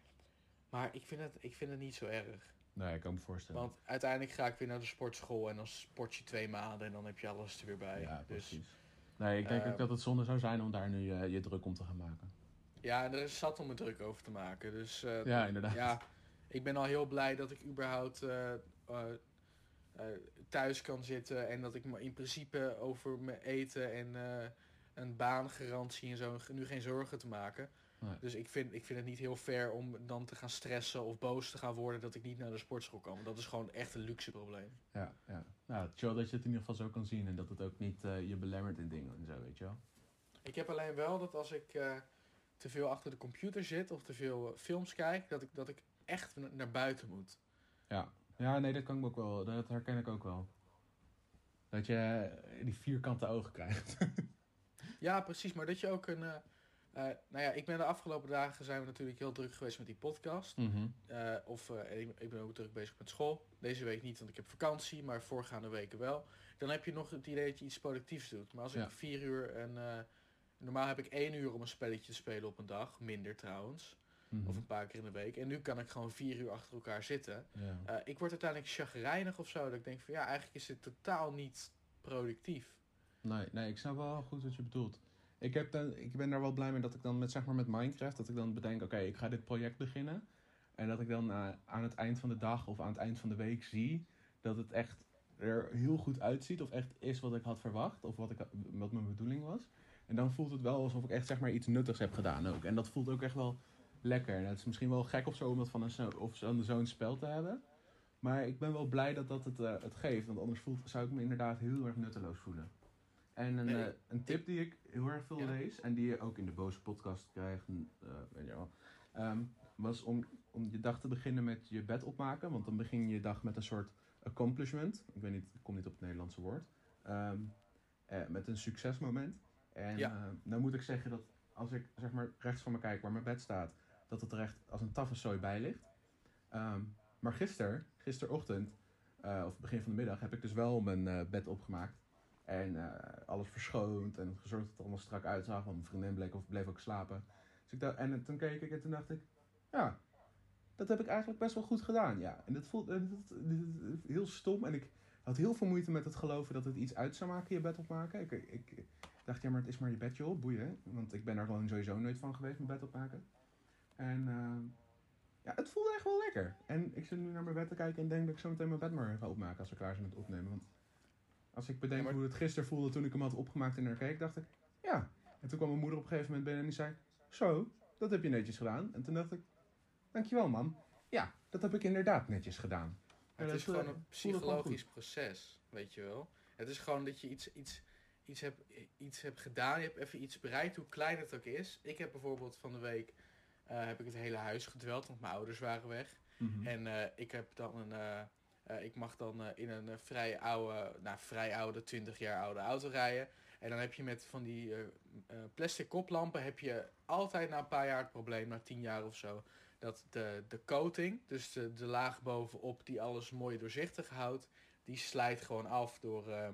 Maar ik vind het, ik vind het niet zo erg. Nee, ik kan me voorstellen. Want uiteindelijk ga ik weer naar de sportschool en dan sport je twee maanden en dan heb je alles er weer bij. Ja, dus, precies. Nee, ik denk uh, ook dat het zonde zou zijn om daar nu uh, je druk om te gaan maken. Ja, er is zat om me druk over te maken. Dus uh, ja, inderdaad. Ja, ik ben al heel blij dat ik überhaupt uh, uh, uh, thuis kan zitten en dat ik me in principe over mijn eten en uh, een baangarantie en zo nu geen zorgen te maken. Nee. Dus ik vind, ik vind het niet heel fair om dan te gaan stressen of boos te gaan worden dat ik niet naar de sportschool kan. Dat is gewoon echt een luxe probleem. Ja, ja. Nou, chill dat je het in ieder geval zo kan zien en dat het ook niet uh, je belemmert in dingen en zo, weet je wel. Ik heb alleen wel dat als ik uh, te veel achter de computer zit of te veel uh, films kijk, dat ik, dat ik echt naar buiten moet. Ja. Ja, nee, dat kan ik ook wel. Dat herken ik ook wel. Dat je die vierkante ogen krijgt. Ja, precies. Maar dat je ook een... Uh, uh, nou ja, ik ben de afgelopen dagen zijn we natuurlijk heel druk geweest met die podcast. Mm-hmm. Uh, of uh, ik, ik ben ook druk bezig met school. Deze week niet, want ik heb vakantie. Maar voorgaande weken wel. Dan heb je nog het idee dat je iets productiefs doet. Maar als ik ja. vier uur en... Uh, normaal heb ik één uur om een spelletje te spelen op een dag. Minder trouwens. Mm-hmm. Of een paar keer in de week. En nu kan ik gewoon vier uur achter elkaar zitten. Ja. Uh, ik word uiteindelijk chagrijnig of zo. Dat ik denk van ja, eigenlijk is dit totaal niet productief. Nee, nee, ik snap wel goed wat je bedoelt. Ik, heb dan, ik ben daar wel blij mee dat ik dan met, zeg maar, met Minecraft, dat ik dan bedenk, oké, okay, ik ga dit project beginnen. En dat ik dan uh, aan het eind van de dag of aan het eind van de week zie dat het echt er heel goed uitziet. Of echt is wat ik had verwacht. Of wat, ik, wat mijn bedoeling was. En dan voelt het wel alsof ik echt, zeg maar, iets nuttigs heb gedaan ook. En dat voelt ook echt wel lekker. En het is misschien wel gek of zo om dat van een zo, of zo, zo'n spel te hebben. Maar ik ben wel blij dat dat het, uh, het geeft. Want anders voelt, zou ik me inderdaad heel erg nutteloos voelen. En een, nee, uh, een tip die ik heel erg veel ja. lees, en die je ook in de Boze podcast krijgt, uh, weet je wel, um, was om, om je dag te beginnen met je bed opmaken. Want dan begin je je dag met een soort accomplishment. Ik weet niet, ik kom niet op het Nederlandse woord. Um, uh, met een succesmoment. En ja. uh, dan moet ik zeggen dat als ik, zeg maar, rechts van me kijk waar mijn bed staat, dat het er echt als een taffelzooi bij ligt. Um, maar gisteren, gisterochtend, uh, of begin van de middag, heb ik dus wel mijn uh, bed opgemaakt. En uh, alles verschoond en gezorgd dat het allemaal strak uitzag. Want mijn vriendin bleef, of bleef ook slapen. Dus ik dacht, en toen keek ik en toen dacht ik, ja, dat heb ik eigenlijk best wel goed gedaan. Ja. En dat voelt uh, dat, dat, heel stom. En ik had heel veel moeite met het geloven dat het iets uit zou maken, je bed opmaken. Ik, ik, ik dacht, ja, maar het is maar je bed, joh, boeien. Want ik ben er gewoon sowieso nooit van geweest, mijn bed opmaken. En uh, ja, het voelde echt wel lekker. En ik zit nu naar mijn bed te kijken en denk dat ik zo meteen mijn bed maar ga opmaken als we klaar zijn met opnemen. Want als ik bedenk ja, maar... hoe het gisteren voelde toen ik hem had opgemaakt en naar keek, dacht ik, ja. En toen kwam mijn moeder op een gegeven moment binnen en die zei, zo, dat heb je netjes gedaan. En toen dacht ik, dankjewel mam. Ja, dat heb ik inderdaad netjes gedaan. Het is gewoon een psychologisch proces, weet je wel. Het is gewoon dat je iets, iets, iets, hebt, iets hebt gedaan, je hebt even iets bereikt, hoe klein het ook is. Ik heb bijvoorbeeld van de week, uh, heb ik het hele huis gedweld, want mijn ouders waren weg. Mm-hmm. En uh, ik heb dan een... Uh, Uh, ik mag dan uh, in een uh, vrij oude, nou vrij oude, twintig jaar oude auto rijden. En dan heb je met van die uh, uh, plastic koplampen heb je altijd na een paar jaar het probleem, na tien jaar of zo, dat de, de coating, dus de, de laag bovenop die alles mooi doorzichtig houdt, die slijt gewoon af door uh,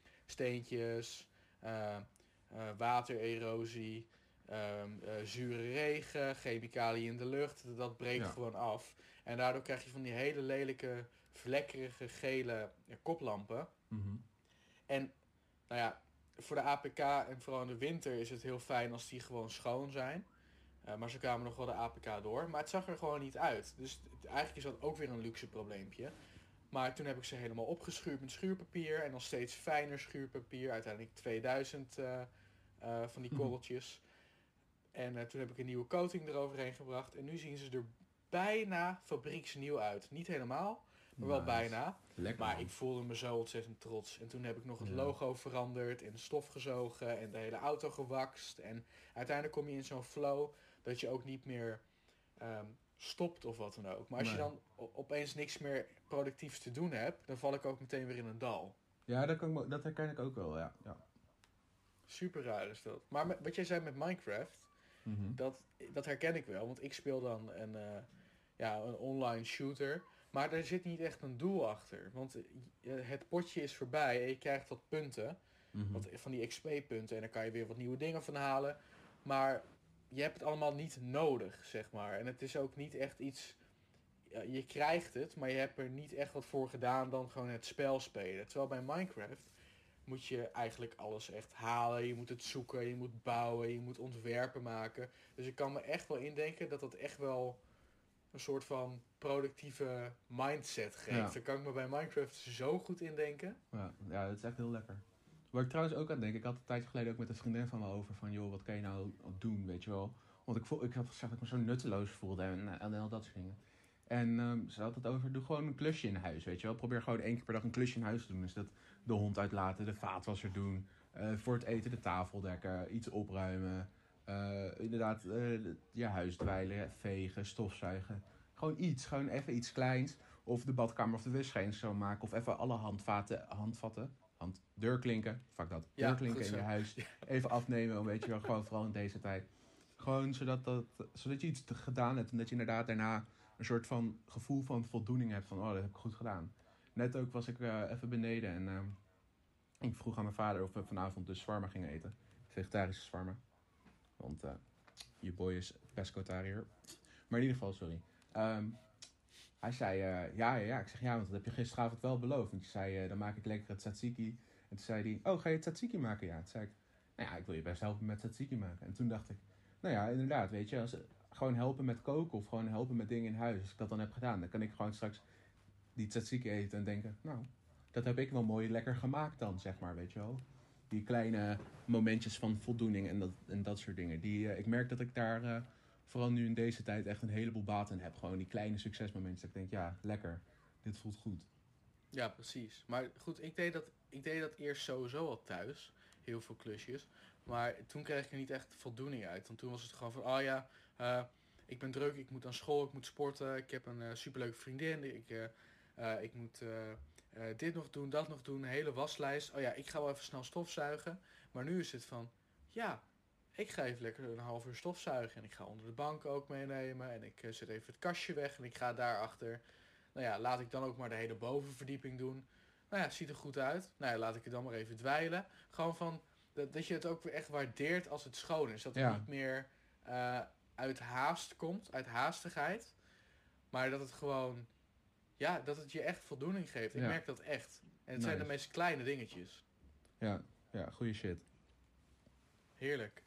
steentjes, uh, uh, watererosie, uh, uh, zure regen, chemicaliën in de lucht. Dat breekt ja. gewoon af. En daardoor krijg je van die hele lelijke, vlekkerige, gele ja, koplampen. Mm-hmm. En nou ja, voor de A P K en vooral in de winter is het heel fijn als die gewoon schoon zijn. Uh, maar ze kwamen nog wel de A P K door. Maar het zag er gewoon niet uit. Dus het, eigenlijk is dat ook weer een luxe probleempje. Maar toen heb ik ze helemaal opgeschuurd met schuurpapier. En dan steeds fijner schuurpapier. Uiteindelijk tweeduizend uh, uh, van die korreltjes. Mm-hmm. En uh, toen heb ik een nieuwe coating eroverheen gebracht. En nu zien ze er bijna fabrieksnieuw uit. Niet helemaal, maar wel nice. bijna. Lekker, maar man. ik voelde me zo ontzettend trots. En toen heb ik nog het ja. logo veranderd. En stof gezogen. En de hele auto gewakst. En uiteindelijk kom je in zo'n flow dat je ook niet meer um, stopt of wat dan ook. Maar als nee. je dan o- opeens niks meer productiefs te doen hebt, dan val ik ook meteen weer in een dal. Ja, dat, kan ik, dat herken ik ook wel, ja. ja. Super raar is dat. Maar met, wat jij zei met Minecraft, mm-hmm. dat, dat herken ik wel. Want ik speel dan een, uh, ja, een online shooter. Maar er zit niet echt een doel achter. Want uh, het potje is voorbij en je krijgt wat punten. Mm-hmm. Wat, van die X P-punten. En dan kan je weer wat nieuwe dingen van halen. Maar je hebt het allemaal niet nodig, zeg maar. En het is ook niet echt iets... Ja, je krijgt het, maar je hebt er niet echt wat voor gedaan dan gewoon het spel spelen. Terwijl bij Minecraft moet je eigenlijk alles echt halen. Je moet het zoeken, je moet bouwen, je moet ontwerpen maken. Dus ik kan me echt wel indenken dat dat echt wel een soort van productieve mindset geeft. Ja. Daar kan ik me bij Minecraft zo goed indenken. Ja, ja, dat is echt heel lekker. Waar ik trouwens ook aan denk, ik had een tijdje geleden ook met een vriendin van me over van, joh, wat kan je nou doen, weet je wel. Want ik, voel, ik had gezegd dat ik me zo nutteloos voelde en, en al dat soort dingen. En um, ze had het over, doe gewoon een klusje in huis, weet je wel. Probeer gewoon één keer per dag een klusje in huis te doen. Dus dat de hond uitlaten, de vaatwasser doen, uh, voor het eten de tafel dekken, iets opruimen. Uh, inderdaad, uh, je huis dweilen, vegen, stofzuigen. Gewoon iets, gewoon even iets kleins. Of de badkamer of de wc zo maken. Of even alle handvaten, handvatten, hand, deurklinken, fuck dat, ja, deurklinken in je huis. Even afnemen, weet je wel, gewoon vooral in deze tijd. Gewoon zodat, dat, zodat je iets gedaan hebt en dat je inderdaad daarna een soort van gevoel van voldoening hebt van, oh, dat heb ik goed gedaan. Net ook was ik uh, even beneden en uh, ik vroeg aan mijn vader of we vanavond dus shawarma gingen eten. Vegetarische shawarma. Want uh, je boy is pescotariër. Maar in ieder geval, sorry. Um, hij zei, uh, ja, ja, ja. Ik zeg, ja, want dat heb je gisteravond wel beloofd. Want je zei, uh, dan maak ik lekker het tzatziki. En toen zei hij, oh, ga je tzatziki maken? Ja, toen zei ik, nou ja, ik wil je best helpen met tzatziki maken. En toen dacht ik, nou ja, inderdaad, weet je, als, gewoon helpen met koken of gewoon helpen met dingen in huis. Als ik dat dan heb gedaan, dan kan ik gewoon straks die tzatziki eten en denken, nou, dat heb ik wel mooi lekker gemaakt dan, zeg maar, weet je wel. Die kleine momentjes van voldoening en dat, en dat soort dingen. Die, uh, ik merk dat ik daar, uh, vooral nu in deze tijd, echt een heleboel baat in heb. Gewoon die kleine succesmomentjes. Dat ik denk, ja, lekker. Dit voelt goed. Ja, precies. Maar goed, ik deed dat, ik deed dat eerst sowieso al thuis. Heel veel klusjes. Maar toen kreeg ik er niet echt voldoening uit. Want toen was het gewoon van, oh ja, uh, ik ben druk, ik moet aan school, ik moet sporten. Ik heb een uh, superleuke vriendin. Ik, uh, uh, ik moet uh, uh, dit nog doen, dat nog doen. Een hele waslijst. Oh ja, ik ga wel even snel stofzuigen. Maar nu is het van, ja, ik ga even lekker een half uur stofzuigen. En ik ga onder de bank ook meenemen. En ik uh, zet even het kastje weg en ik ga daarachter. Nou ja, laat ik dan ook maar de hele bovenverdieping doen. Nou ja, ziet er goed uit. Nou ja, laat ik het dan maar even dweilen. Gewoon van, dat, dat je het ook weer echt waardeert als het schoon is. Dat het ja. niet meer uh, uit haast komt, uit haastigheid. Maar dat het gewoon, ja, dat het je echt voldoening geeft. Ik ja. merk dat echt. En het nice. zijn de meest kleine dingetjes. Ja, ja, goeie shit. Heerlijk.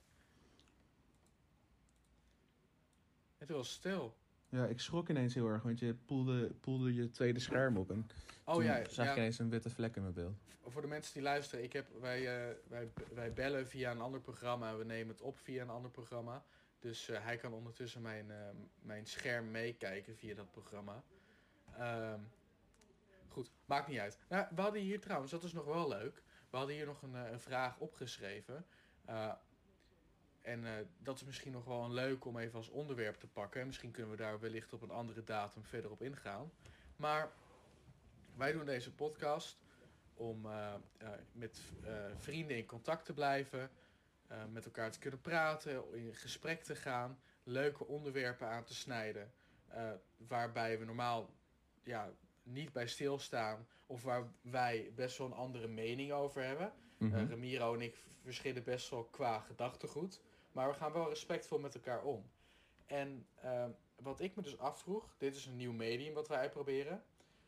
Het was stil. Ja, ik schrok ineens heel erg, want je poelde, poelde je tweede scherm op en oh, toen ja, zag ja. ik ineens een witte vlek in mijn beeld. Voor de mensen die luisteren, ik heb, wij, uh, wij, wij bellen via een ander programma en we nemen het op via een ander programma. Dus uh, hij kan ondertussen mijn, uh, mijn scherm meekijken via dat programma. Um, goed, maakt niet uit. Nou, we hadden hier trouwens, dat is nog wel leuk, we hadden hier nog een, uh, een vraag opgeschreven. Uh, En uh, dat is misschien nog wel een leuk om even als onderwerp te pakken. En misschien kunnen we daar wellicht op een andere datum verder op ingaan. Maar wij doen deze podcast om uh, uh, met uh, vrienden in contact te blijven, uh, met elkaar te kunnen praten, in gesprek te gaan, leuke onderwerpen aan te snijden, uh, waarbij we normaal ja, niet bij stilstaan of waar wij best wel een andere mening over hebben. Mm-hmm. Uh, Ramiro en ik verschillen best wel qua gedachtegoed, maar we gaan wel respectvol met elkaar om. En uh, wat ik me dus afvroeg, dit is een nieuw medium wat wij uitproberen,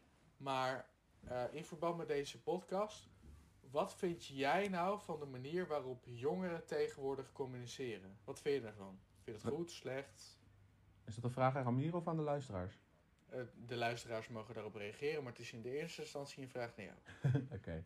maar uh, in verband met deze podcast, wat vind jij nou van de manier waarop jongeren tegenwoordig communiceren? Wat vind je daarvan? Vind je het goed, slecht? Is dat een vraag aan Ramiro of aan de luisteraars? Uh, de luisteraars mogen daarop reageren, maar het is in de eerste instantie een vraag naar jou. Oké. Okay.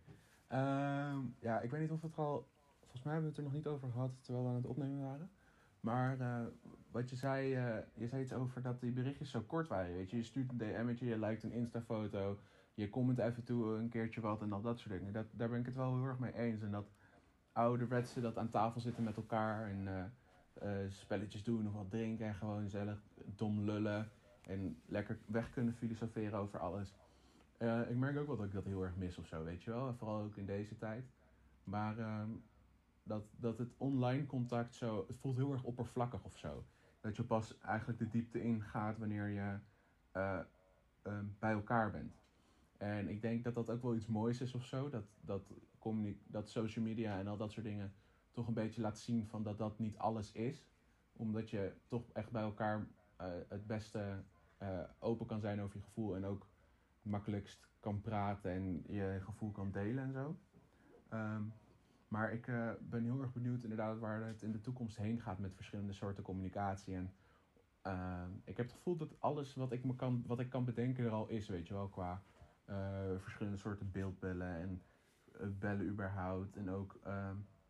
Um, ja, ik weet niet of we het al... Volgens mij hebben we het er nog niet over gehad terwijl we aan het opnemen waren. Maar uh, wat je zei, uh, je zei iets over dat die berichtjes zo kort waren. Weet je, je stuurt een D M'tje, je liked een Insta-foto, je comment even toe een keertje wat en al dat soort dingen. Dat, daar ben ik het wel heel erg mee eens. En dat ouderwetse dat aan tafel zitten met elkaar en uh, uh, spelletjes doen of wat drinken en gewoon gezellig dom lullen en lekker weg kunnen filosoferen over alles. Uh, ik merk ook wel dat ik dat heel erg mis of zo, weet je wel. En vooral ook in deze tijd. Maar uh, dat, dat het online contact zo... Het voelt heel erg oppervlakkig of zo. Dat je pas eigenlijk de diepte ingaat wanneer je uh, uh, bij elkaar bent. En ik denk dat dat ook wel iets moois is of zo. Dat, dat, communi- dat social media en al dat soort dingen toch een beetje laat zien van dat dat niet alles is. Omdat je toch echt bij elkaar uh, het beste uh, open kan zijn over je gevoel. En ook makkelijkst kan praten en je gevoel kan delen en zo. Um, maar ik uh, ben heel erg benieuwd inderdaad waar het in de toekomst heen gaat met verschillende soorten communicatie. En uh, ik heb het gevoel dat alles wat ik, me kan, wat ik kan bedenken er al is, weet je wel, qua uh, verschillende soorten beeldbellen en uh, bellen überhaupt. En ook uh,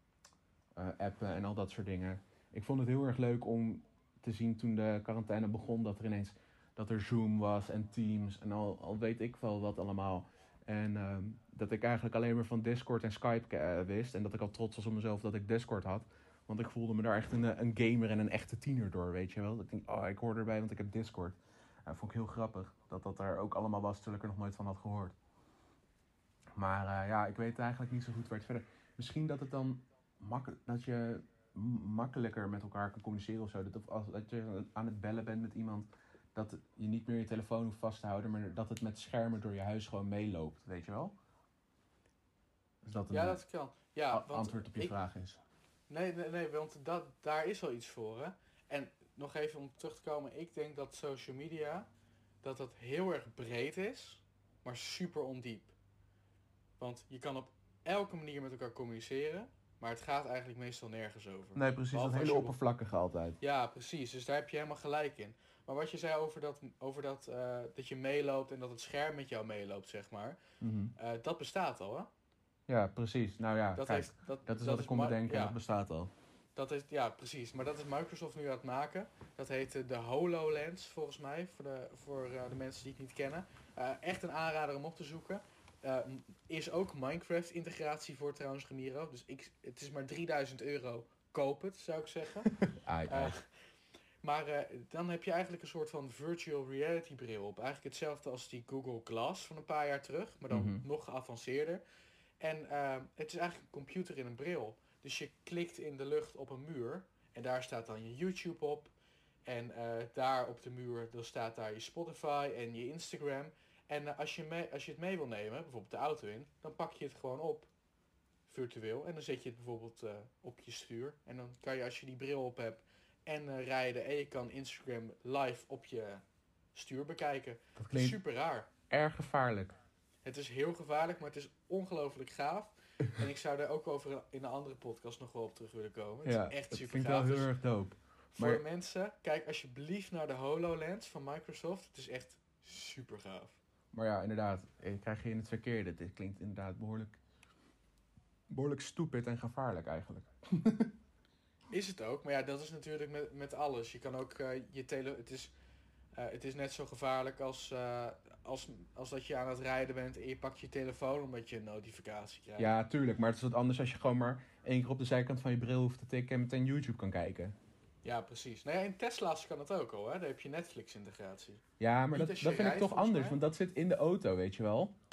uh, appen en al dat soort dingen. Ik vond het heel erg leuk om te zien toen de quarantaine begon dat er ineens dat er Zoom was en Teams en al, al weet ik wel wat allemaal. En uh, dat ik eigenlijk alleen maar van Discord en Skype uh, wist. En dat ik al trots was op mezelf dat ik Discord had. Want ik voelde me daar echt een, een gamer en een echte tiener door, weet je wel. Dat ik denk, oh, ik hoor erbij, want ik heb Discord. Dat uh, vond ik heel grappig, dat dat daar ook allemaal was, terwijl ik er nog nooit van had gehoord. Maar uh, ja, ik weet eigenlijk niet zo goed waar het verder... Misschien dat het dan mak- dat je m- makkelijker met elkaar kan communiceren of zo. Dat, of als, dat je aan het bellen bent met iemand... dat je niet meer je telefoon hoeft vast te houden... maar dat het met schermen door je huis gewoon meeloopt, weet je wel? Dus dat een ja, dat kan. Ja, a- want antwoord op je ik, vraag is. Nee, nee, nee want dat, daar is wel iets voor, hè. En nog even om terug te komen... ik denk dat social media... dat dat heel erg breed is... maar super ondiep. Want je kan op elke manier met elkaar communiceren... maar het gaat eigenlijk meestal nergens over. Nee, precies. Behalve dat hele je... oppervlakkige altijd. Ja, precies. Dus daar heb je helemaal gelijk in. Maar wat je zei over dat, over dat, uh, dat je meeloopt... en dat het scherm met jou meeloopt, zeg maar... Mm-hmm. Uh, dat bestaat al, hè? Ja, precies. Nou ja, dat, kijk, heeft, dat, dat is dat wat is ik kon ma- bedenken ja. en dat bestaat al. Dat is, ja, precies. Maar dat is Microsoft nu aan het maken. Dat heet uh, de HoloLens, volgens mij, voor de, voor, uh, de mensen die het niet kennen. Uh, echt een aanrader om op te zoeken. Uh, is ook Minecraft-integratie voor trouwens, Ramiro. Dus ik, het is maar drieduizend euro. Koop het, zou ik zeggen. ai, ai. Uh, maar uh, dan heb je eigenlijk een soort van virtual reality bril op. Eigenlijk hetzelfde als die Google Glass van een paar jaar terug. Maar dan mm-hmm. nog geavanceerder. En uh, het is eigenlijk een computer in een bril. Dus je klikt in de lucht op een muur. En daar staat dan je YouTube op. En uh, daar op de muur dan staat daar je Spotify en je Instagram. En uh, als, je mee, als je het mee wil nemen, bijvoorbeeld de auto in, dan pak je het gewoon op. Virtueel. En dan zet je het bijvoorbeeld uh, op je stuur. En dan kan je, als je die bril op hebt en uh, rijden. En je kan Instagram live op je stuur bekijken. Dat klinkt super raar. Erg gevaarlijk. Het is heel gevaarlijk, maar het is ongelooflijk gaaf. En ik zou daar ook over in een andere podcast nog wel op terug willen komen. Het ja, is echt super gaaf. Dat vind ik wel heel erg dope. Voor maar... de mensen, kijk alsjeblieft naar de HoloLens van Microsoft. Het is echt super gaaf. Maar ja, inderdaad, ik krijg je in het verkeerde. Dit klinkt inderdaad behoorlijk, behoorlijk stupid en gevaarlijk eigenlijk. Is het ook, maar ja, dat is natuurlijk met, met alles. Je kan ook uh, je tele... Het is, uh, het is net zo gevaarlijk als, uh, als, als dat je aan het rijden bent en je pakt je telefoon omdat je een notificatie krijgt. Ja, tuurlijk. Maar het is wat anders als je gewoon maar één keer op de zijkant van je bril hoeft te tikken en meteen YouTube kan kijken. Ja, precies. Nou ja, in Tesla's kan het ook al, hè. Daar heb je Netflix-integratie. Ja, maar dat, dat vind rijdt, ik toch anders, mij. Want dat zit in de auto, weet je wel.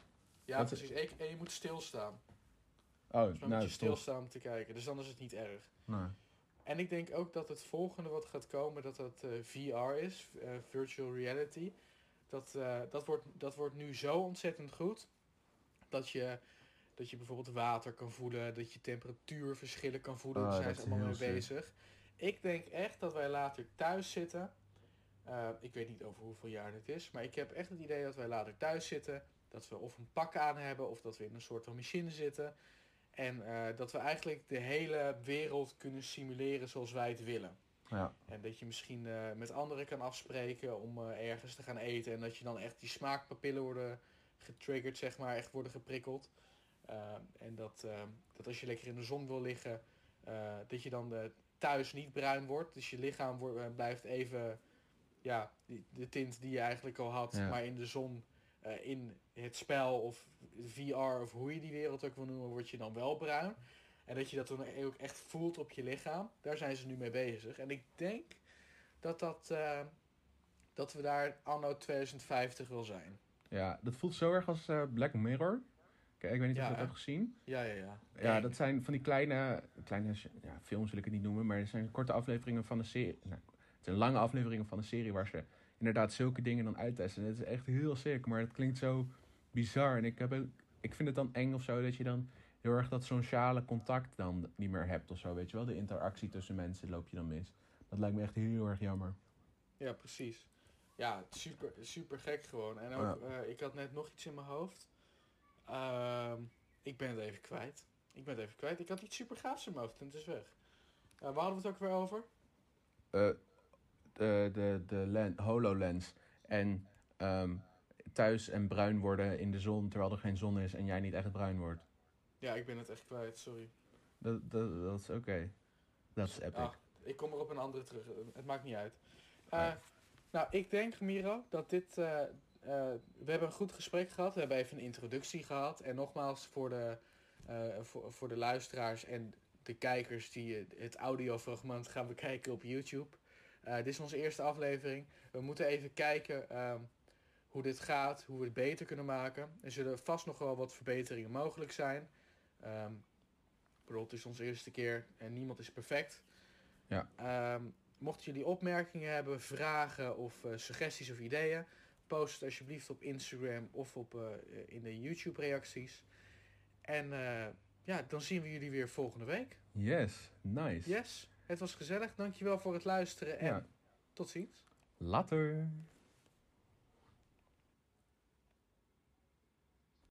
Ja, Wat- precies. En, en je moet stilstaan. Oh, Dus dan nou, moet je top. stilstaan om te kijken. Dus dan is het niet erg. Nou, En ik denk ook dat het volgende wat gaat komen, dat dat eh, V R is. eh, virtual reality. Dat, eh, dat, wordt, dat wordt nu zo ontzettend goed. Dat je, dat je bijvoorbeeld water kan voelen. Dat je temperatuurverschillen kan voelen. Oh, Daar zijn dat ze is allemaal mee heel sick. bezig. Ik denk echt dat wij later thuis zitten. Uh, ik weet niet over hoeveel jaar dit is. Maar ik heb echt het idee dat wij later thuis zitten. Dat we of een pak aan hebben. Of dat we in een soort van machine zitten. En uh, dat we eigenlijk de hele wereld kunnen simuleren zoals wij het willen. ja. En dat je misschien uh, met anderen kan afspreken om uh, ergens te gaan eten. En dat je dan echt die smaakpapillen worden getriggerd, zeg maar. Echt worden geprikkeld. Uh, en dat, uh, dat als je lekker in de zon wil liggen. Uh, dat je dan uh, thuis niet bruin wordt. Dus je lichaam wordt, uh, blijft even... Ja, die, de tint die je eigenlijk al had. Ja. Maar in de zon, uh, in het spel of V R of hoe je die wereld ook wil noemen, word je dan wel bruin. En dat je dat dan ook echt voelt op je lichaam. Daar zijn ze nu mee bezig. En ik denk dat, dat, uh, dat we daar anno twintig vijftig wil zijn. Ja, dat voelt zo erg als uh, Black Mirror. Kijk, ik weet niet Ja, of je dat hè? hebt gezien. Ja, ja, ja. Ja, Eng. dat zijn van die kleine, kleine ja, films wil ik het niet noemen, maar het zijn korte afleveringen van een serie. Nou, het zijn lange afleveringen van een serie waar ze inderdaad zulke dingen dan uittesten. En het is echt heel sick, maar het klinkt zo bizar. En ik, heb ook, ik vind het dan eng of zo dat je dan heel erg dat sociale contact dan niet meer hebt of zo, weet je wel. De interactie tussen mensen loop je dan mis. Dat lijkt me echt heel erg jammer. Ja, precies. Ja, super, super gek gewoon. En ook, ja. uh, ik had net nog iets in mijn hoofd. Uh, ik ben het even kwijt. Ik ben het even kwijt. Ik had iets super gaafs in mijn hoofd en het is weg. Uh, waar hadden we het ook weer over? Uh, de de, de len, HoloLens. En um, thuis en bruin worden in de zon terwijl er geen zon is en jij niet echt bruin wordt. Ja, ik ben het echt kwijt, sorry. Dat, dat, dat is oké. Okay. Dat is epic. Ah, ik kom er op een andere terug. Het maakt niet uit. Uh, nee. Nou, ik denk, Miro, dat dit... Uh, uh, we hebben een goed gesprek gehad. We hebben even een introductie gehad. En nogmaals, voor de, uh, voor, voor de luisteraars en de kijkers die het audiofragment gaan bekijken op YouTube. Uh, dit is onze eerste aflevering. We moeten even kijken uh, hoe dit gaat, hoe we het beter kunnen maken. Er zullen vast nog wel wat verbeteringen mogelijk zijn. Um, ik bedoel, het is onze eerste keer en niemand is perfect. Ja. Um, mochten jullie opmerkingen hebben, vragen of uh, suggesties of ideeën, post het alsjeblieft op Instagram of op, uh, in de YouTube reacties. En uh, ja, dan zien we jullie weer volgende week. Yes, nice. Yes, het was gezellig. Dankjewel voor het luisteren en ja. tot ziens. Later.